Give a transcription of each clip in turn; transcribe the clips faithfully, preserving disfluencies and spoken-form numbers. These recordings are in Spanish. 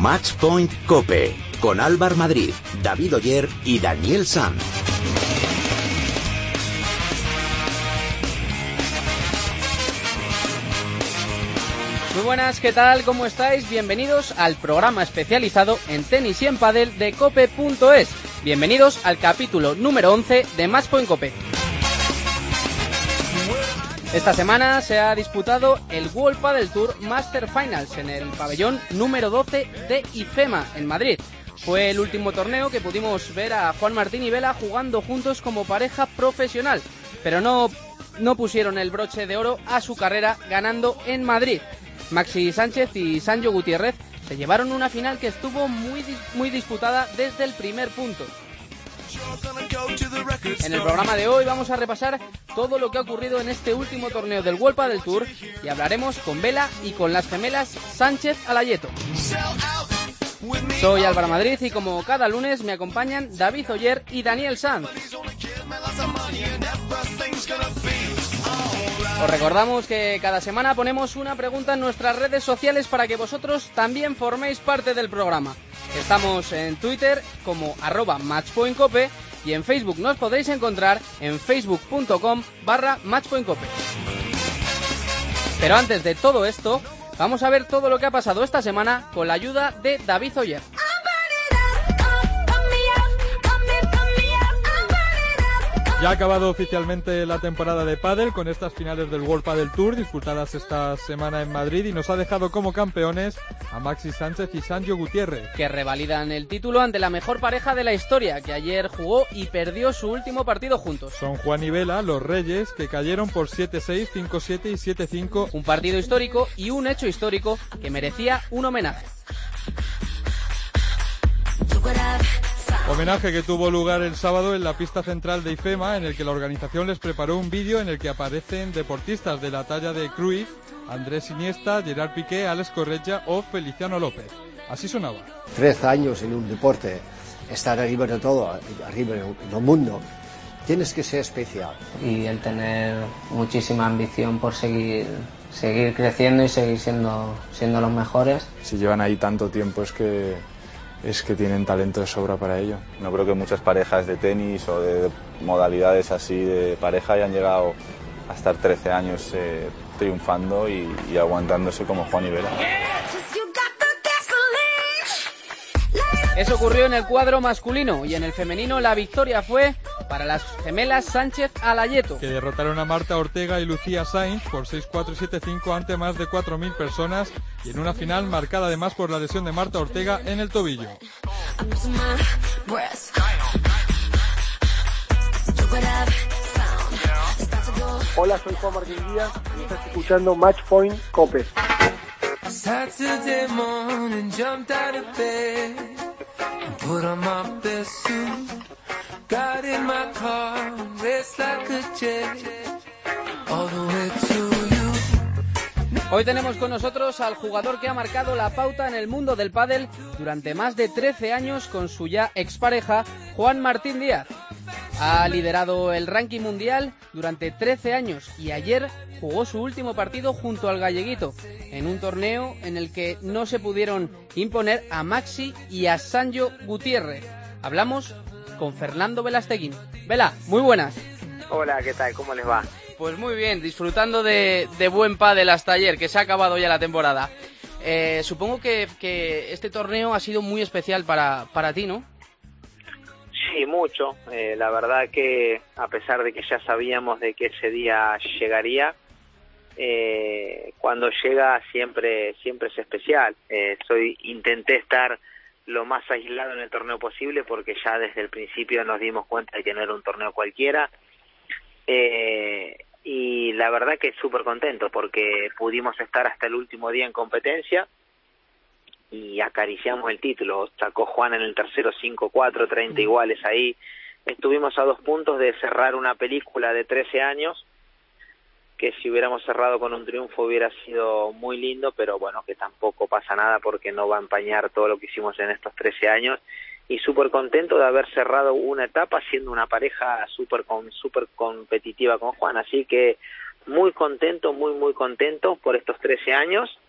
Match Point Cope, con Álvaro Madrid, David Oyer y Daniel Sanz. Muy buenas, ¿qué tal? ¿Cómo estáis? Bienvenidos al programa especializado en tenis y en pádel de cope punto es. Bienvenidos al capítulo número once de Match Point Cope. Esta semana se ha disputado el World Padel Tour Master Finals en el pabellón número doce de IFEMA, en Madrid. Fue el último torneo que pudimos ver a Juan Martín y Vela jugando juntos como pareja profesional, pero no, no pusieron el broche de oro a su carrera ganando en Madrid. Maxi Sánchez y Sancho Gutiérrez se llevaron una final que estuvo muy, muy disputada desde el primer punto. En el programa de hoy vamos a repasar todo lo que ha ocurrido en este último torneo del World Padel Tour y hablaremos con Vela y con las gemelas Sánchez Alayeto. Soy Álvaro Madrid y como cada lunes me acompañan David Oyer y Daniel Sanz. Os recordamos que cada semana ponemos una pregunta en nuestras redes sociales para que vosotros también forméis parte del programa. Estamos en Twitter como arroba matchpointcope y en Facebook nos podréis encontrar en facebook.com barra matchpointcope. Pero antes de todo esto, vamos a ver todo lo que ha pasado esta semana con la ayuda de David Oyer. Ya ha acabado oficialmente la temporada de pádel con estas finales del World Padel Tour disputadas esta semana en Madrid y nos ha dejado como campeones a Maxi Sánchez y Sancho Gutiérrez, que revalidan el título ante la mejor pareja de la historia, que ayer jugó y perdió su último partido juntos. Son Juan y Vela, los reyes, que cayeron por siete seis, cinco siete y siete cinco. Un partido histórico y un hecho histórico que merecía un homenaje. Homenaje que tuvo lugar el sábado en la pista central de IFEMA, en el que la organización les preparó un vídeo en el que aparecen deportistas de la talla de Cruyff, Andrés Iniesta, Gerard Piqué, Alex Corretja o Feliciano López. Así sonaba. Trece años en un deporte, estar arriba de todo, arriba del mundo, tienes que ser especial. Y el tener muchísima ambición por seguir, seguir creciendo y seguir siendo, siendo los mejores. Si llevan ahí tanto tiempo es que... es que tienen talento de sobra para ello. No creo que muchas parejas de tenis o de modalidades así de pareja hayan llegado a estar trece años eh, triunfando y, y aguantándose como Juan y Vela. Eso ocurrió en el cuadro masculino y en el femenino la victoria fue para las gemelas Sánchez Alayeto, que derrotaron a Marta Ortega y Lucía Sainz por seis cuatro y siete cinco ante más de cuatro mil personas y en una final marcada además por la lesión de Marta Ortega en el tobillo. Hola, soy Juan Martín Díaz y estás escuchando Match Point Cope. Put on my best suit, got in my car, raced like a jet, all the way to you. Hoy tenemos con nosotros al jugador que ha marcado la pauta en el mundo del pádel durante más de trece años con su ya expareja, Juan Martín Díaz. Ha liderado el ranking mundial durante trece años y ayer jugó su último partido junto al galleguito, en un torneo en el que no se pudieron imponer a Maxi y a Sancho Gutiérrez. Hablamos con Fernando Velasteguín. Vela, muy buenas. Hola, ¿qué tal? ¿Cómo les va? Pues muy bien, disfrutando de, de buen pádel hasta ayer, que se ha acabado ya la temporada. Eh, supongo que, que este torneo ha sido muy especial para, para ti, ¿no? Sí, mucho. Eh, la verdad que a pesar de que ya sabíamos de que ese día llegaría, eh, cuando llega siempre siempre es especial. Eh, soy intenté estar lo más aislado en el torneo posible porque ya desde el principio nos dimos cuenta de que no era un torneo cualquiera. Eh, y la verdad que súper contento porque pudimos estar hasta el último día en competencia y acariciamos el título. Sacó Juan en el tercero cinco cuatro, treinta iguales ahí. Estuvimos a dos puntos de cerrar una película de trece años, que si hubiéramos cerrado con un triunfo hubiera sido muy lindo, pero bueno, que tampoco pasa nada porque no va a empañar todo lo que hicimos en estos trece años. Y súper contento de haber cerrado una etapa siendo una pareja súper con, súper competitiva con Juan. Así que muy contento, muy, muy contento por estos trece años.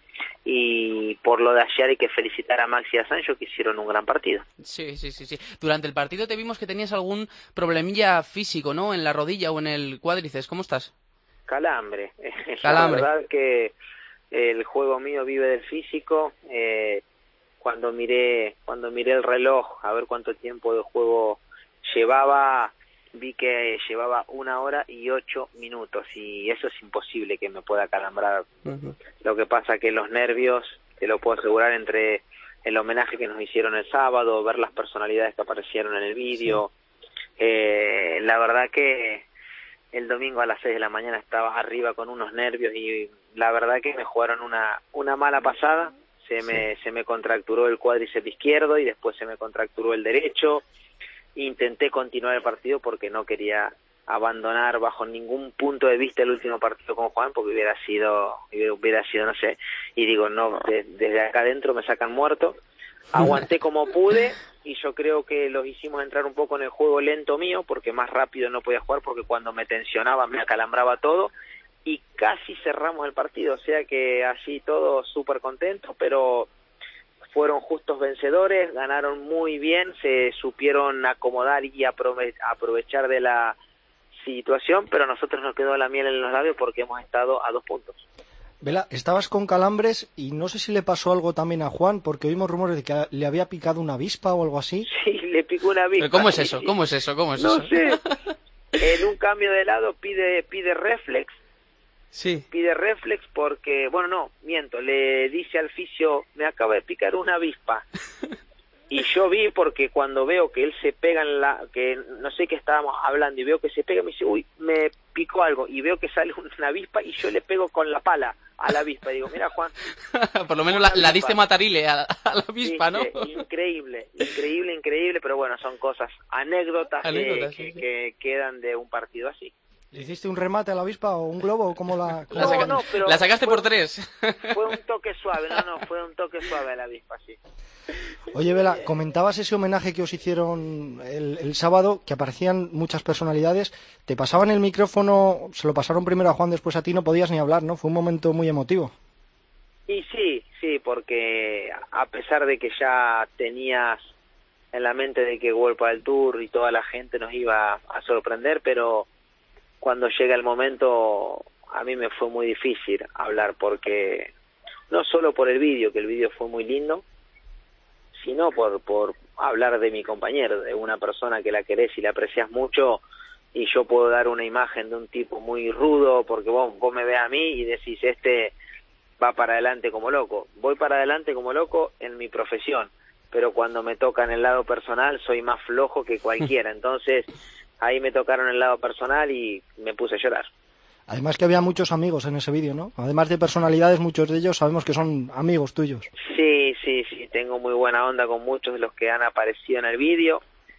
y por lo de ayer hay que felicitar a Maxi y a Sancho, que hicieron un gran partido. Sí, sí, sí, sí. Durante el partido te vimos que tenías algún problemilla físico, ¿no? En la rodilla o en el cuádriceps. ¿Cómo estás? Calambre. Calambre. La verdad que el juego mío vive del físico. Eh, cuando miré cuando miré el reloj a ver cuánto tiempo de juego llevaba, vi que llevaba una hora y ocho minutos y eso es imposible que me pueda calambrar. Uh-huh. Lo que pasa que los nervios, te lo puedo asegurar, entre el homenaje que nos hicieron el sábado, ver las personalidades que aparecieron en el vídeo, sí. eh, la verdad que el domingo a las seis de la mañana estaba arriba con unos nervios y la verdad que me jugaron una una mala pasada. Se me, sí. se me contracturó el cuádriceps izquierdo y después se me contracturó el derecho. Intenté continuar el partido porque no quería abandonar bajo ningún punto de vista el último partido con Juan, porque hubiera sido, hubiera sido, no sé, y digo, no, de, desde acá adentro me sacan muerto. Aguanté como pude y yo creo que los hicimos entrar un poco en el juego lento mío, porque más rápido no podía jugar, porque cuando me tensionaba me acalambraba todo, y casi cerramos el partido, o sea que así todo súper contento, pero fueron justos vencedores, ganaron muy bien, se supieron acomodar y aprove- aprovechar de la situación, pero a nosotros nos quedó la miel en los labios porque hemos estado a dos puntos. Vela, estabas con calambres y no sé si le pasó algo también a Juan, porque oímos rumores de que le había picado una avispa o algo así. Sí, le picó una avispa. ¿Cómo es eso? ¿Cómo es eso? ¿Cómo es no eso? No sé. En un cambio de lado pide pide reflex. Sí. Pide reflex porque, bueno, no, miento, le dice al fisio, me acaba de picar una avispa. Y yo vi, porque cuando veo que él se pega en la, que no sé qué estábamos hablando, y veo que se pega, me dice, uy, me picó algo, y veo que sale una avispa, y yo le pego con la pala a la avispa, y digo, mira, Juan. Por lo menos la, la diste matarile a, a la avispa, ¿no? Increíble, increíble, increíble, pero bueno, son cosas, anécdotas, anécdotas que, sí, sí. que quedan de un partido así. ¿Le hiciste un remate a la avispa o un globo o cómo la...? Cómo... No, no, pero la sacaste fue, por tres. Fue un toque suave, no, no, fue un toque suave a la avispa, sí. Oye, Vela, comentabas ese homenaje que os hicieron el, el sábado, que aparecían muchas personalidades. Te pasaban el micrófono, se lo pasaron primero a Juan, después a ti, no podías ni hablar, ¿no? Fue un momento muy emotivo. Y sí, sí, porque a pesar de que ya tenías en la mente de que World Padel Tour y toda la gente nos iba a sorprender, pero cuando llega el momento a mí me fue muy difícil hablar, porque no solo por el vídeo, que el vídeo fue muy lindo, sino por por hablar de mi compañero, de una persona que la querés y la aprecias mucho, y yo puedo dar una imagen de un tipo muy rudo, porque vos, vos me ves a mí y decís, este va para adelante como loco. Voy para adelante como loco en mi profesión, pero cuando me toca en el lado personal soy más flojo que cualquiera, entonces ahí me tocaron el lado personal y me puse a llorar. Además que había muchos amigos en ese vídeo, ¿no? Además de personalidades, muchos de ellos sabemos que son amigos tuyos. Sí, sí, sí, tengo muy buena onda con muchos de los que han aparecido en el vídeo.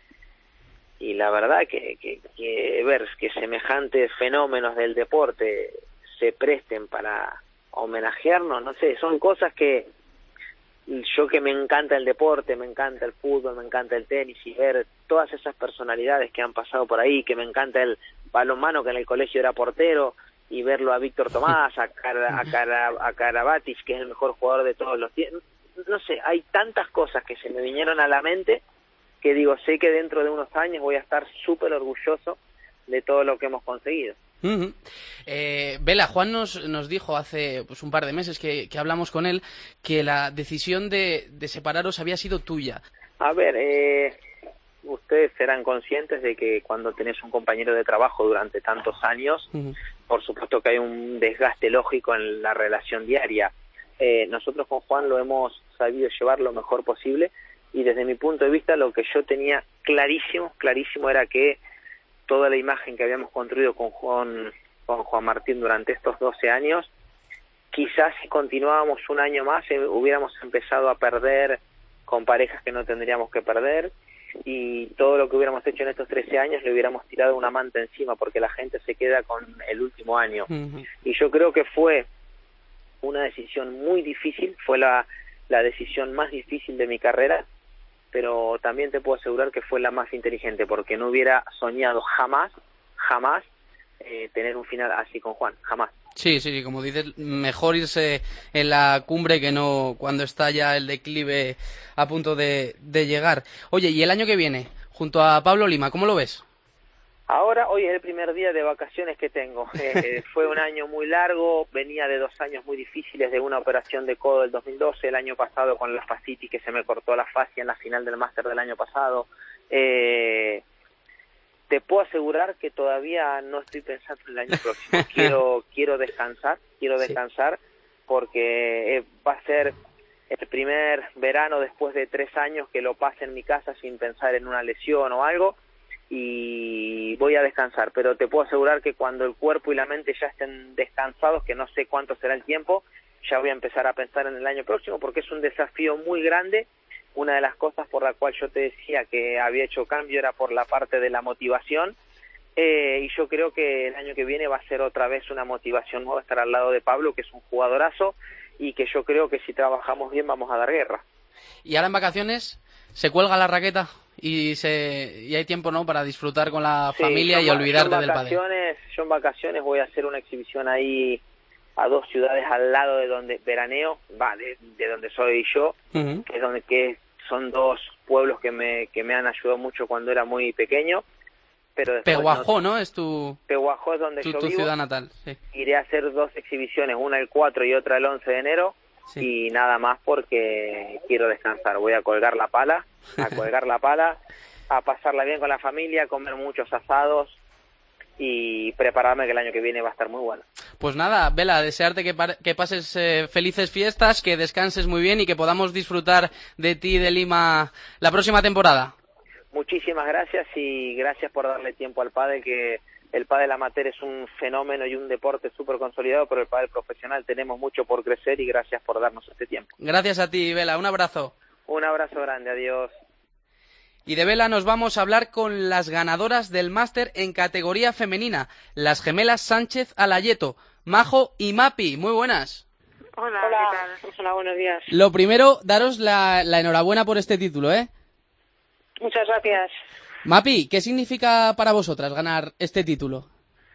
Y la verdad que, que, que ver que semejantes fenómenos del deporte se presten para homenajearnos, no sé, son cosas que yo, que me encanta el deporte, me encanta el fútbol, me encanta el tenis, y ver todas esas personalidades que han pasado por ahí, que me encanta el balonmano, que en el colegio era portero, y verlo a Víctor Tomás, a, Cara, a, Cara, a Karabatic, que es el mejor jugador de todos los tiempos, no sé, hay tantas cosas que se me vinieron a la mente que digo, sé que dentro de unos años voy a estar súper orgulloso de todo lo que hemos conseguido. Uh-huh. eh, Vela, Juan nos, nos dijo hace pues, un par de meses que, que hablamos con él que la decisión de, de separaros había sido tuya. A ver, eh, ustedes serán conscientes de que cuando tenés un compañero de trabajo durante tantos años, uh-huh. por supuesto que hay un desgaste lógico en la relación diaria. Eh, nosotros con Juan lo hemos sabido llevar lo mejor posible, y desde mi punto de vista lo que yo tenía clarísimo, clarísimo era que toda la imagen que habíamos construido con Juan, con Juan Martín durante estos doce años, quizás si continuábamos un año más eh, hubiéramos empezado a perder con parejas que no tendríamos que perder, y todo lo que hubiéramos hecho en estos trece años le hubiéramos tirado una manta encima, porque la gente se queda con el último año. Uh-huh. Y yo creo que fue una decisión muy difícil, fue la, la decisión más difícil de mi carrera, pero también te puedo asegurar que fue la más inteligente, porque no hubiera soñado jamás, jamás eh, tener un final así con Juan, jamás. Sí, sí, sí, como dices, mejor irse en la cumbre que no cuando está ya el declive a punto de, de llegar. Oye, ¿y el año que viene, junto a Pablo Lima, cómo lo ves? Ahora, hoy es el primer día de vacaciones que tengo. Eh, fue un año muy largo, venía de dos años muy difíciles, de una operación de codo del dos mil doce, el año pasado con la fascitis que se me cortó la fascia en la final del máster del año pasado. Eh, te puedo asegurar que todavía no estoy pensando en el año próximo. Quiero quiero descansar, quiero descansar porque eh, va a ser el primer verano después de tres años que lo pase en mi casa sin pensar en una lesión o algo, y voy a descansar, pero te puedo asegurar que cuando el cuerpo y la mente ya estén descansados, que no sé cuánto será el tiempo, ya voy a empezar a pensar en el año próximo, porque es un desafío muy grande. Una de las cosas por la cual yo te decía que había hecho cambio era por la parte de la motivación, eh, y yo creo que el año que viene va a ser otra vez una motivación nueva estar al lado de Pablo, que es un jugadorazo, y que yo creo que si trabajamos bien vamos a dar guerra. Y ahora en vacaciones se cuelga la raqueta y se y hay tiempo, ¿no?, para disfrutar con la Sí, familia y yo, olvidarte yo en del pádel. vacaciones, yo en vacaciones voy a hacer una exhibición ahí a dos ciudades al lado de donde veraneo, va, de, de donde soy yo, Uh-huh. que es donde que son dos pueblos que me que me han ayudado mucho cuando era muy pequeño. Pero después Peguajó, no, ¿no? Es tu, Peguajó es donde tu, yo tu vivo. ciudad natal. Sí. Iré a hacer dos exhibiciones, una el cuatro y otra el once de enero. Sí. Y nada más porque quiero descansar. Voy a colgar la pala, a colgar la pala, a pasarla bien con la familia, a comer muchos asados y prepararme que el año que viene va a estar muy bueno. Pues nada, Vela, desearte que, par- que pases eh, felices fiestas, que descanses muy bien y que podamos disfrutar de ti y de Lima la próxima temporada. Muchísimas gracias y gracias por darle tiempo al pádel, que el pádel amateur es un fenómeno y un deporte súper consolidado, pero el pádel profesional tenemos mucho por crecer y gracias por darnos este tiempo. Gracias a ti, Vela, un abrazo. Un abrazo grande, adiós. Y de Vela nos vamos a hablar con las ganadoras del máster en categoría femenina, las gemelas Sánchez Alayeto, Majo y Mapi. Muy buenas. Hola, Hola. ¿Qué tal? Hola, buenos días. Lo primero, daros la, la enhorabuena por este título, ¿eh? Muchas gracias. Mapi, ¿qué significa para vosotras ganar este título?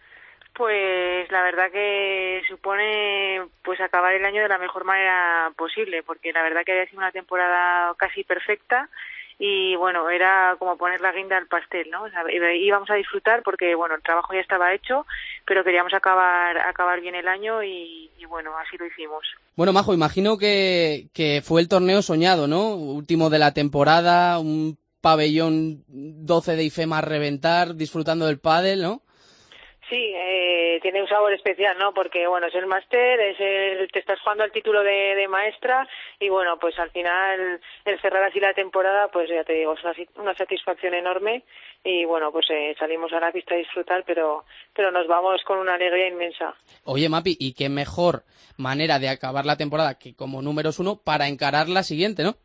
Pues la verdad que supone pues acabar el año de la mejor manera posible, porque la verdad que había sido una temporada casi perfecta y bueno, era como poner la guinda al pastel, ¿no? O sea, íbamos a disfrutar porque bueno, el trabajo ya estaba hecho, pero queríamos acabar acabar bien el año y, y bueno, así lo hicimos. Bueno, Majo, imagino que, que fue el torneo soñado, ¿no? Último de la temporada, un pabellón doce de IFEMA a reventar, disfrutando del pádel, ¿no? Sí, eh, tiene un sabor especial, ¿no? Porque, bueno, es el máster, es el, te estás jugando al título de, de maestra y, bueno, pues al final el cerrar así la temporada, pues ya te digo, es una, una satisfacción enorme y, bueno, pues eh, salimos a la pista a disfrutar, pero, pero nos vamos con una alegría inmensa. Oye, Mapi, y qué mejor manera de acabar la temporada que como números uno para encarar la siguiente, ¿no?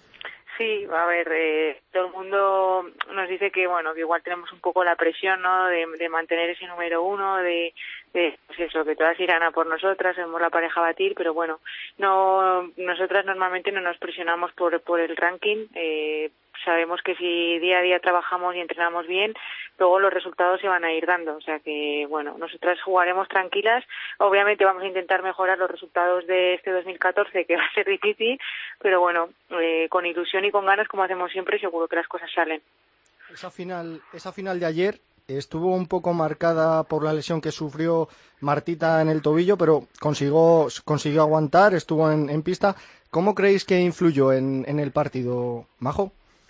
Sí, a ver, eh, todo el mundo nos dice que, bueno, que igual tenemos un poco la presión, ¿no?, de, de mantener ese número uno, de, de pues eso, que todas irán a por nosotras, somos la pareja a batir, pero bueno, no, nosotras normalmente no nos presionamos por, por el ranking, eh, sabemos que si día a día trabajamos y entrenamos bien, luego los resultados se van a ir dando, o sea que, bueno, nosotras jugaremos tranquilas, obviamente vamos a intentar mejorar los resultados de este dos mil catorce, que va a ser difícil, pero bueno, eh, con ilusión y con ganas, como hacemos siempre, seguro que las cosas salen. Esa final, esa final de ayer estuvo un poco marcada por la lesión que sufrió Martita en el tobillo, pero consiguió, consiguió aguantar, estuvo en, en pista. ¿Cómo creéis que influyó en, en el partido, Majo?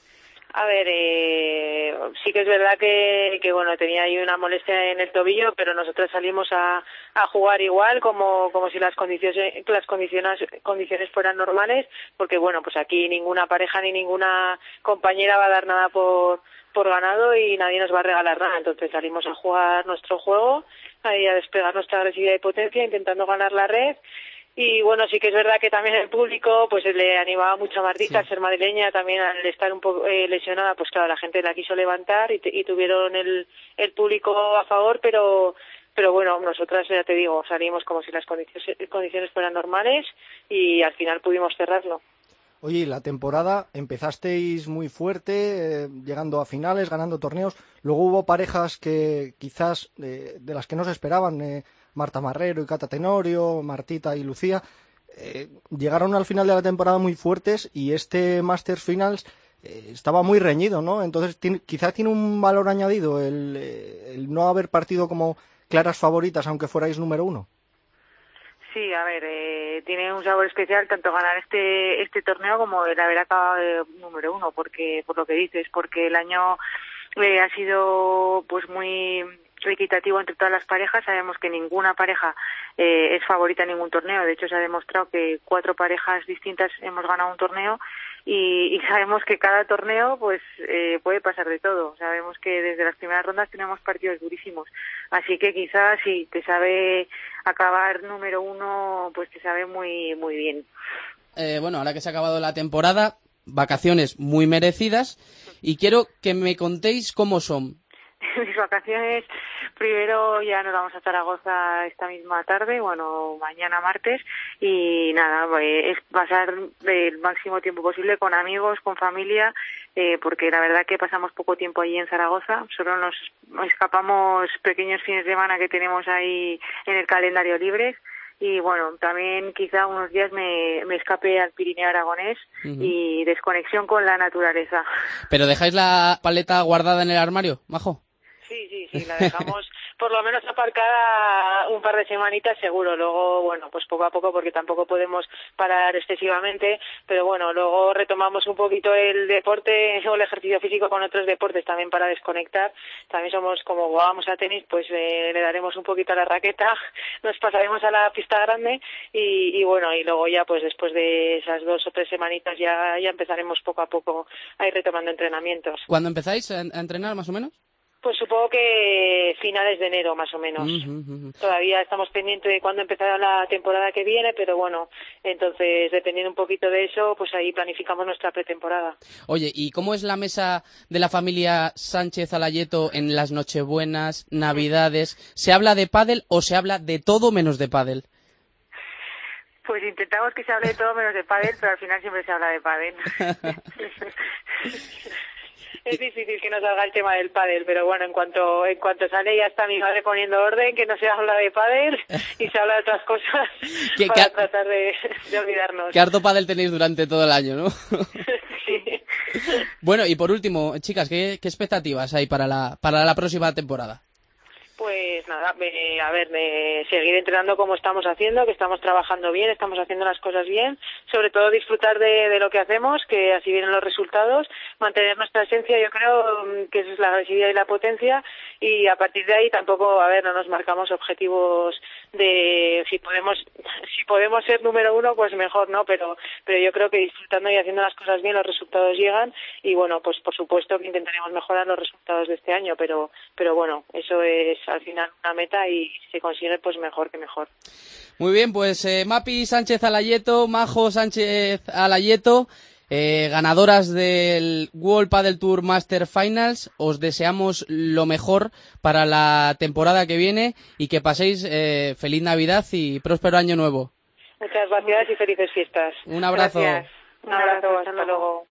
A ver, eh, sí que es verdad que, que bueno, tenía ahí una molestia en el tobillo, pero nosotros salimos a, a jugar igual, como, como si las condiciones, las condiciones, condiciones fueran normales, porque bueno, pues aquí ninguna pareja ni ninguna compañera va a dar nada por, por ganado y nadie nos va a regalar nada, entonces salimos a jugar nuestro juego, ahí a despegar nuestra agresividad y potencia, intentando ganar la red. Y bueno, sí que es verdad que también el público pues le animaba mucho a Martita, sí, al ser madrileña, también al estar un poco eh, lesionada, pues claro, la gente la quiso levantar y, y tuvieron el, el público a favor, pero pero bueno, nosotras ya te digo, salimos como si las condiciones, condiciones fueran normales y al final pudimos cerrarlo. Oye, la temporada empezasteis muy fuerte, eh, llegando a finales, ganando torneos. Luego hubo parejas que quizás eh, de las que no se esperaban. Eh, Marta Marrero y Cata Tenorio, Martita y Lucía, eh, llegaron al final de la temporada muy fuertes y este Masters Finals eh, estaba muy reñido, ¿no? Entonces tiene, quizá tiene un valor añadido el, eh, el no haber partido como claras favoritas, aunque fuerais número uno. Sí, a ver, eh, tiene un sabor especial tanto ganar este este torneo como el haber acabado de número uno, porque por lo que dices, porque el año eh, ha sido pues muy equitativo entre todas las parejas. Sabemos que ninguna pareja eh, es favorita en ningún torneo. De hecho, se ha demostrado que cuatro parejas distintas hemos ganado un torneo y, y sabemos que cada torneo pues eh, puede pasar de todo. Sabemos que desde las primeras rondas tenemos partidos durísimos. Así que quizás si te sabe acabar número uno, pues te sabe muy muy bien. Eh, bueno, ahora que se ha acabado la temporada, vacaciones muy merecidas y quiero que me contéis cómo son. Mis vacaciones, primero ya nos vamos a Zaragoza esta misma tarde, bueno, mañana martes, y nada, es pasar el máximo tiempo posible con amigos, con familia, eh, porque la verdad que pasamos poco tiempo allí en Zaragoza, solo nos escapamos pequeños fines de semana que tenemos ahí en el calendario libres. Y bueno, también quizá unos días me, me escape al Pirineo aragonés uh-huh. y desconexión con la naturaleza. ¿Pero dejáis la paleta guardada en el armario, Majo? Sí, sí, sí, la dejamos por lo menos aparcada un par de semanitas seguro. Luego, bueno, pues poco a poco, porque tampoco podemos parar excesivamente, pero bueno, luego retomamos un poquito el deporte o el ejercicio físico con otros deportes también para desconectar. También somos, como jugábamos a tenis, pues eh, le daremos un poquito a la raqueta, nos pasaremos a la pista grande y, y bueno, y luego ya pues después de esas dos o tres semanitas ya, ya empezaremos poco a poco a ir retomando entrenamientos. ¿Cuándo empezáis a entrenar más o menos? Pues supongo que finales de enero, más o menos. Uh-huh, uh-huh. Todavía estamos pendientes de cuándo empezará la temporada que viene, pero bueno, entonces, dependiendo un poquito de eso, pues ahí planificamos nuestra pretemporada. Oye, ¿y cómo es la mesa de la familia Sánchez Alayeto en las Nochebuenas, Navidades? ¿Se habla de pádel o se habla de todo menos de pádel? Pues intentamos que se hable de todo menos de pádel, pero al final siempre se habla de pádel. Es difícil que no salga el tema del pádel, pero bueno, en cuanto en cuanto sale ya está mi madre poniendo orden, que no se habla de pádel y se habla de otras cosas ¿Qué, para qué, tratar de, de olvidarnos. Qué harto pádel tenéis durante todo el año, ¿no? Sí. Bueno, y por último, chicas, ¿qué, qué expectativas hay para la para la próxima temporada? Pues nada, eh, a ver, eh, seguir entrenando como estamos haciendo, que estamos trabajando bien, estamos haciendo las cosas bien, sobre todo disfrutar de, de lo que hacemos, que así vienen los resultados, mantener nuestra esencia, yo creo que esa es la agresividad y la potencia, y a partir de ahí tampoco, a ver, no nos marcamos objetivos de si podemos si podemos ser número uno, pues mejor, ¿no? Pero pero yo creo que disfrutando y haciendo las cosas bien los resultados llegan, y bueno, pues por supuesto que intentaremos mejorar los resultados de este año, pero pero bueno, eso es al final una meta y si se consigue pues mejor que mejor. Muy bien, pues eh, Mapi Sánchez Alayeto, Majo Sánchez Alayeto, eh, ganadoras del World Padel Tour Master Finals, os deseamos lo mejor para la temporada que viene y que paséis eh, feliz Navidad y próspero año nuevo. Muchas gracias y felices fiestas. Un abrazo. Gracias. Un abrazo, hasta luego.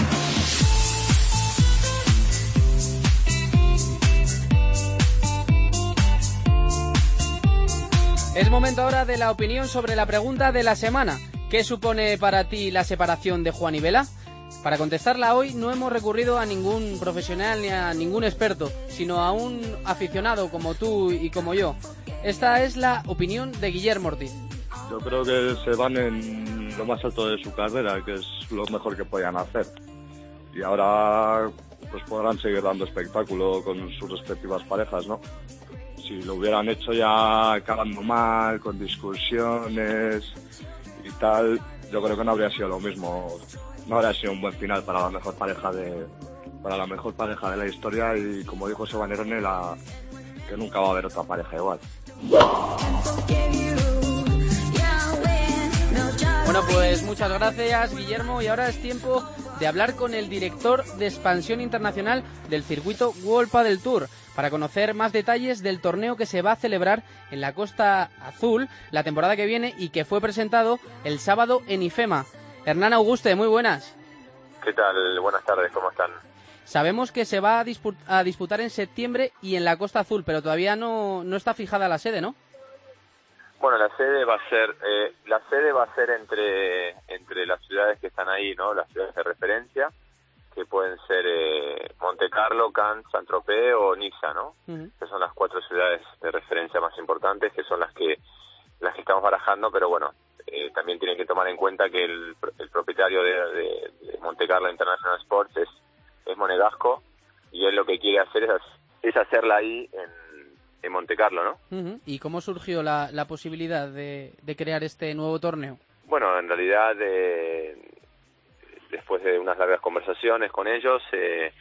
Es momento ahora de la opinión sobre la pregunta de la semana. ¿Qué supone para ti la separación de Juan y Vela? Para contestarla hoy no hemos recurrido a ningún profesional ni a ningún experto, sino a un aficionado como tú y como yo. Esta es la opinión de Guillermo Ortiz. Yo creo que se van en lo más alto de su carrera, que es lo mejor que podían hacer. Y ahora pues podrán seguir dando espectáculo con sus respectivas parejas, ¿no? Si lo hubieran hecho ya acabando mal, con discusiones y tal, yo creo que no habría sido lo mismo, no habría sido un buen final para la mejor pareja de para la mejor pareja de la historia y como dijo Sebanerone, la que nunca va a haber otra pareja igual. Bueno, pues muchas gracias, Guillermo, y ahora es tiempo de hablar con el director de expansión internacional del circuito World Padel Tour para conocer más detalles del torneo que se va a celebrar en la Costa Azul la temporada que viene y que fue presentado el sábado en IFEMA. Hernán Auguste, muy buenas. ¿Qué tal? Buenas tardes, ¿cómo están? Sabemos que se va a, dispu- a disputar en septiembre y en la Costa Azul, pero todavía no, no está fijada la sede, ¿no? Bueno, la sede va a ser eh, la sede va a ser entre entre las ciudades que están ahí, ¿no? Las ciudades de referencia, que pueden ser eh, Monte Carlo, Cannes, Saint-Tropez o Niza, ¿no? Uh-huh. Que son las cuatro ciudades de referencia más importantes, que son las que las que estamos barajando, pero bueno, eh, también tienen que tomar en cuenta que el, el propietario de, de, de Monte Carlo International Sports es, es monegasco, y él lo que quiere hacer es, es hacerla ahí en en Monte Carlo, ¿no? Uh-huh. ¿Y cómo surgió la, la posibilidad de, de crear este nuevo torneo? Bueno, en realidad, eh, después de unas largas conversaciones con ellos, eh,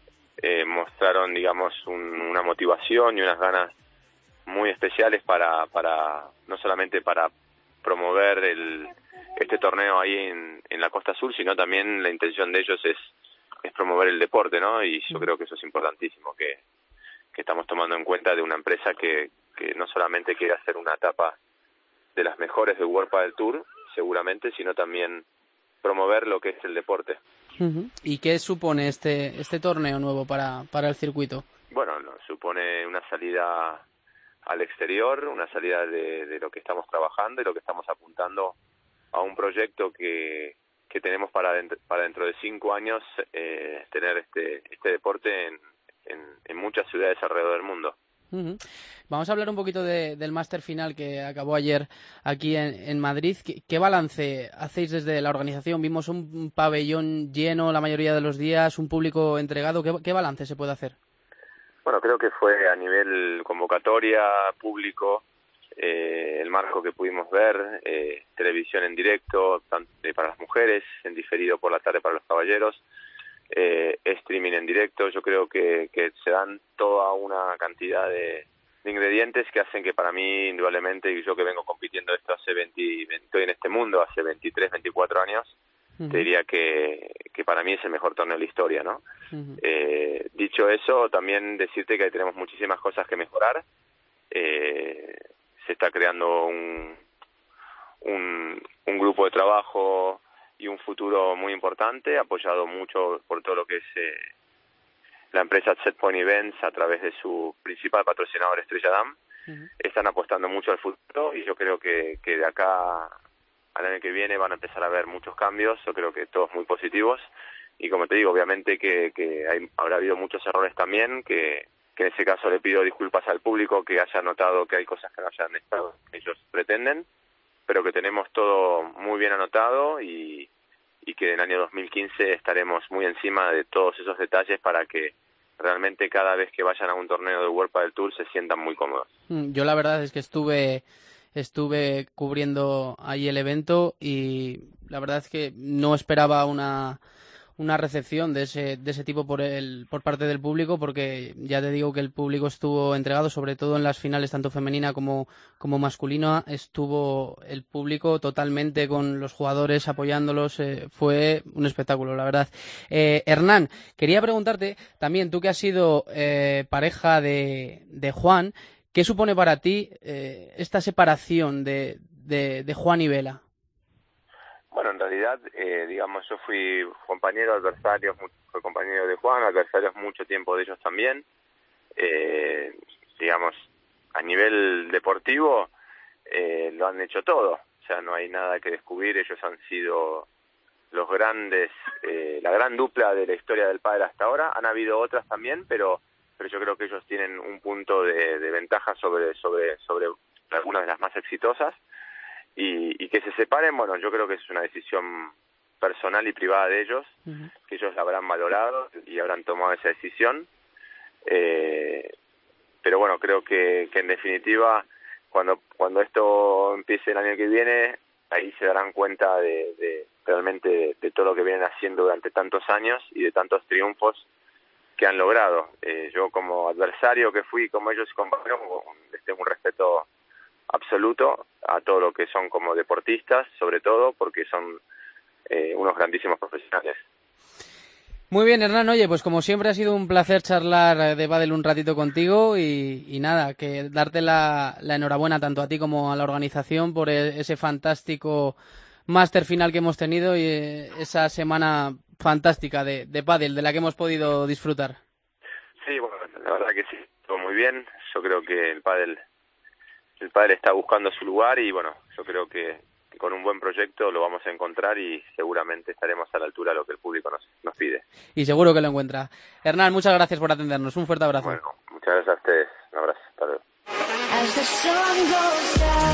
eh, mostraron, digamos, un, una motivación y unas ganas muy especiales para, para no solamente para promover el, este torneo ahí en, en la Costa Sur, sino también la intención de ellos es, es promover el deporte, ¿no? Y yo uh-huh. creo que eso es importantísimo, que que estamos tomando en cuenta de una empresa que, que no solamente quiere hacer una etapa de las mejores del World Padel Tour, seguramente, sino también promover lo que es el deporte. Uh-huh. ¿Y qué supone este este torneo nuevo para, para el circuito? Bueno, no, supone una salida al exterior, una salida de, de lo que estamos trabajando y lo que estamos apuntando a un proyecto que, que tenemos para dentro, para dentro de cinco años eh, tener este, este deporte en En, en muchas ciudades alrededor del mundo. Uh-huh. Vamos a hablar un poquito de, del máster final que acabó ayer aquí en, en Madrid. ¿Qué, ¿Qué balance hacéis desde la organización? Vimos un, un pabellón lleno la mayoría de los días, un público entregado. ¿Qué, qué balance se puede hacer? Bueno, creo que fue a nivel convocatoria, público, eh, el marco que pudimos ver, eh, televisión en directo tanto para las mujeres, en diferido por la tarde para los caballeros, Eh, streaming en directo. Yo creo que, que se dan toda una cantidad de, de ingredientes que hacen que para mí, indudablemente, y yo que vengo compitiendo esto hace veinte, estoy en este mundo hace veintitrés, veinticuatro años, uh-huh. te diría que, que para mí es el mejor torneo de la historia, ¿no? Uh-huh. Eh, dicho eso, también decirte que tenemos muchísimas cosas que mejorar. Eh, se está creando un, un, un grupo de trabajo y un futuro muy importante, apoyado mucho por todo lo que es eh, la empresa Setpoint Events a través de su principal patrocinador Estrella Damm. Uh-huh. Están apostando mucho al futuro y yo creo que, que de acá al año que viene van a empezar a haber muchos cambios, yo creo que todos muy positivos, y como te digo, obviamente que, que hay, habrá habido muchos errores también, que, que en ese caso le pido disculpas al público que haya notado que hay cosas que no hayan estado que ellos pretenden, pero que tenemos todo muy bien anotado y, y que en el año dos mil quince estaremos muy encima de todos esos detalles para que realmente cada vez que vayan a un torneo de World Padel Tour se sientan muy cómodos. Yo la verdad es que estuve estuve cubriendo ahí el evento y la verdad es que no esperaba una una recepción de ese de ese tipo por el por parte del público, porque ya te digo que el público estuvo entregado, sobre todo en las finales tanto femenina como como masculina, estuvo el público totalmente con los jugadores apoyándolos, eh, fue un espectáculo, la verdad. Eh, Hernán, quería preguntarte también, tú que has sido eh, pareja de de Juan, ¿qué supone para ti eh, esta separación de, de de Juan y Vela? Bueno, en realidad, eh, digamos, yo fui compañero, adversario, fui compañero de Juan, adversarios mucho tiempo de ellos también. Eh, digamos, a nivel deportivo, eh, lo han hecho todo. O sea, no hay nada que descubrir. Ellos han sido los grandes, eh, la gran dupla de la historia del pádel hasta ahora. Han habido otras también, pero pero yo creo que ellos tienen un punto de, de ventaja sobre sobre sobre algunas de las más exitosas. Y, y que se separen, bueno, yo creo que es una decisión personal y privada de ellos, uh-huh. que ellos la habrán valorado y habrán tomado esa decisión. Eh, pero bueno, creo que, que en definitiva, cuando cuando esto empiece el año que viene, ahí se darán cuenta de, de realmente de, de todo lo que vienen haciendo durante tantos años y de tantos triunfos que han logrado. Eh, yo como adversario que fui, como ellos compañeros, les tengo un respeto absoluto a todo lo que son como deportistas, sobre todo porque son eh, unos grandísimos profesionales. Muy bien, Hernán, oye, pues como siempre ha sido un placer charlar de pádel un ratito contigo y, y nada, que darte la, la enhorabuena tanto a ti como a la organización por ese fantástico máster final que hemos tenido y esa semana fantástica de, de pádel de la que hemos podido disfrutar. Sí, bueno, la verdad que sí, todo muy bien. Yo creo que el pádel el pádel está buscando su lugar y bueno, yo creo que, que con un buen proyecto lo vamos a encontrar y seguramente estaremos a la altura de lo que el público nos, nos pide. Y seguro que lo encuentra. Hernán, muchas gracias por atendernos. Un fuerte abrazo. Bueno, muchas gracias a ustedes. Un abrazo. Hasta luego. As the sun goes down,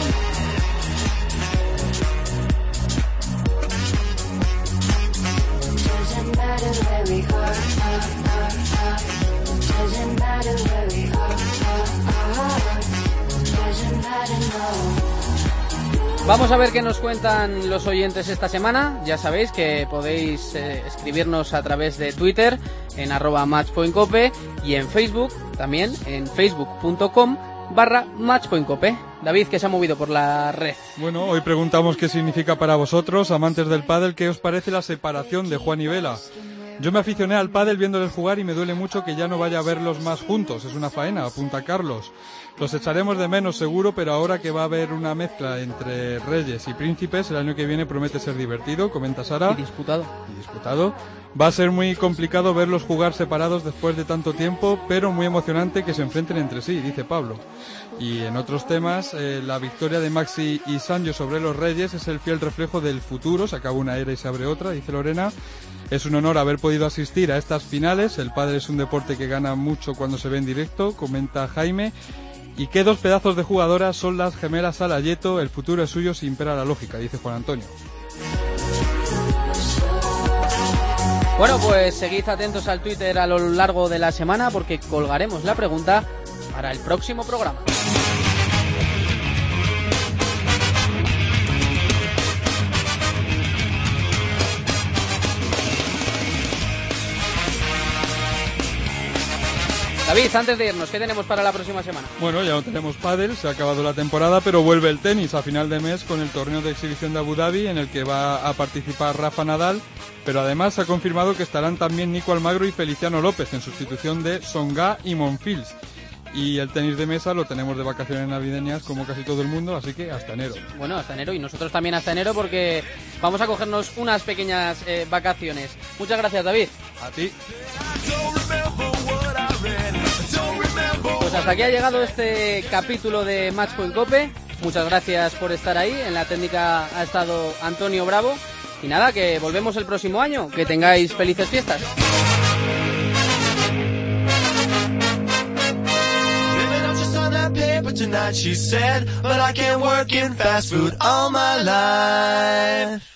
doesn't matter where we are, are, are, are. Doesn't matter where we are, are, are. Doesn't matter, no. Vamos a ver qué nos cuentan los oyentes esta semana. Ya sabéis que podéis eh, escribirnos a través de Twitter en arroba matchpointcope y en Facebook también en facebook punto com barra matchpointcope. David, que se ha movido por la red. Bueno, hoy preguntamos qué significa para vosotros, amantes del pádel, qué os parece la separación de Juan y Vela. Yo me aficioné al pádel viéndoles jugar y me duele mucho que ya no vaya a verlos más juntos. Es una faena, apunta Carlos. Los echaremos de menos seguro, pero ahora que va a haber una mezcla entre reyes y príncipes, el año que viene promete ser divertido, comenta Sara. Y disputado. Y disputado. Va a ser muy complicado verlos jugar separados después de tanto tiempo, pero muy emocionante que se enfrenten entre sí, dice Pablo. Y en otros temas, eh, la victoria de Maxi y Sancho sobre los reyes es el fiel reflejo del futuro. Se acaba una era y se abre otra, dice Lorena. Es un honor haber podido asistir a estas finales. El pádel es un deporte que gana mucho cuando se ve en directo, comenta Jaime. Y qué dos pedazos de jugadoras son las gemelas Alayeto. El futuro es suyo si impera la lógica, dice Juan Antonio. Bueno, pues seguid atentos al Twitter a lo largo de la semana porque colgaremos la pregunta para el próximo programa. David, antes de irnos, ¿qué tenemos para la próxima semana? Bueno, ya no tenemos pádel, se ha acabado la temporada, pero vuelve el tenis a final de mes con el torneo de exhibición de Abu Dhabi en el que va a participar Rafa Nadal, pero además se ha confirmado que estarán también Nico Almagro y Feliciano López en sustitución de Tsonga y Monfils. Y el tenis de mesa lo tenemos de vacaciones navideñas como casi todo el mundo, así que hasta enero. Bueno, hasta enero y nosotros también hasta enero porque vamos a cogernos unas pequeñas eh, vacaciones. Muchas gracias, David. A ti. Pues hasta aquí ha llegado este capítulo de Matchpoint Cope. Muchas gracias por estar ahí. En la técnica ha estado Antonio Bravo. Y nada, que volvemos el próximo año. Que tengáis felices fiestas. Tonight she said, but I can't work in fast food all my life.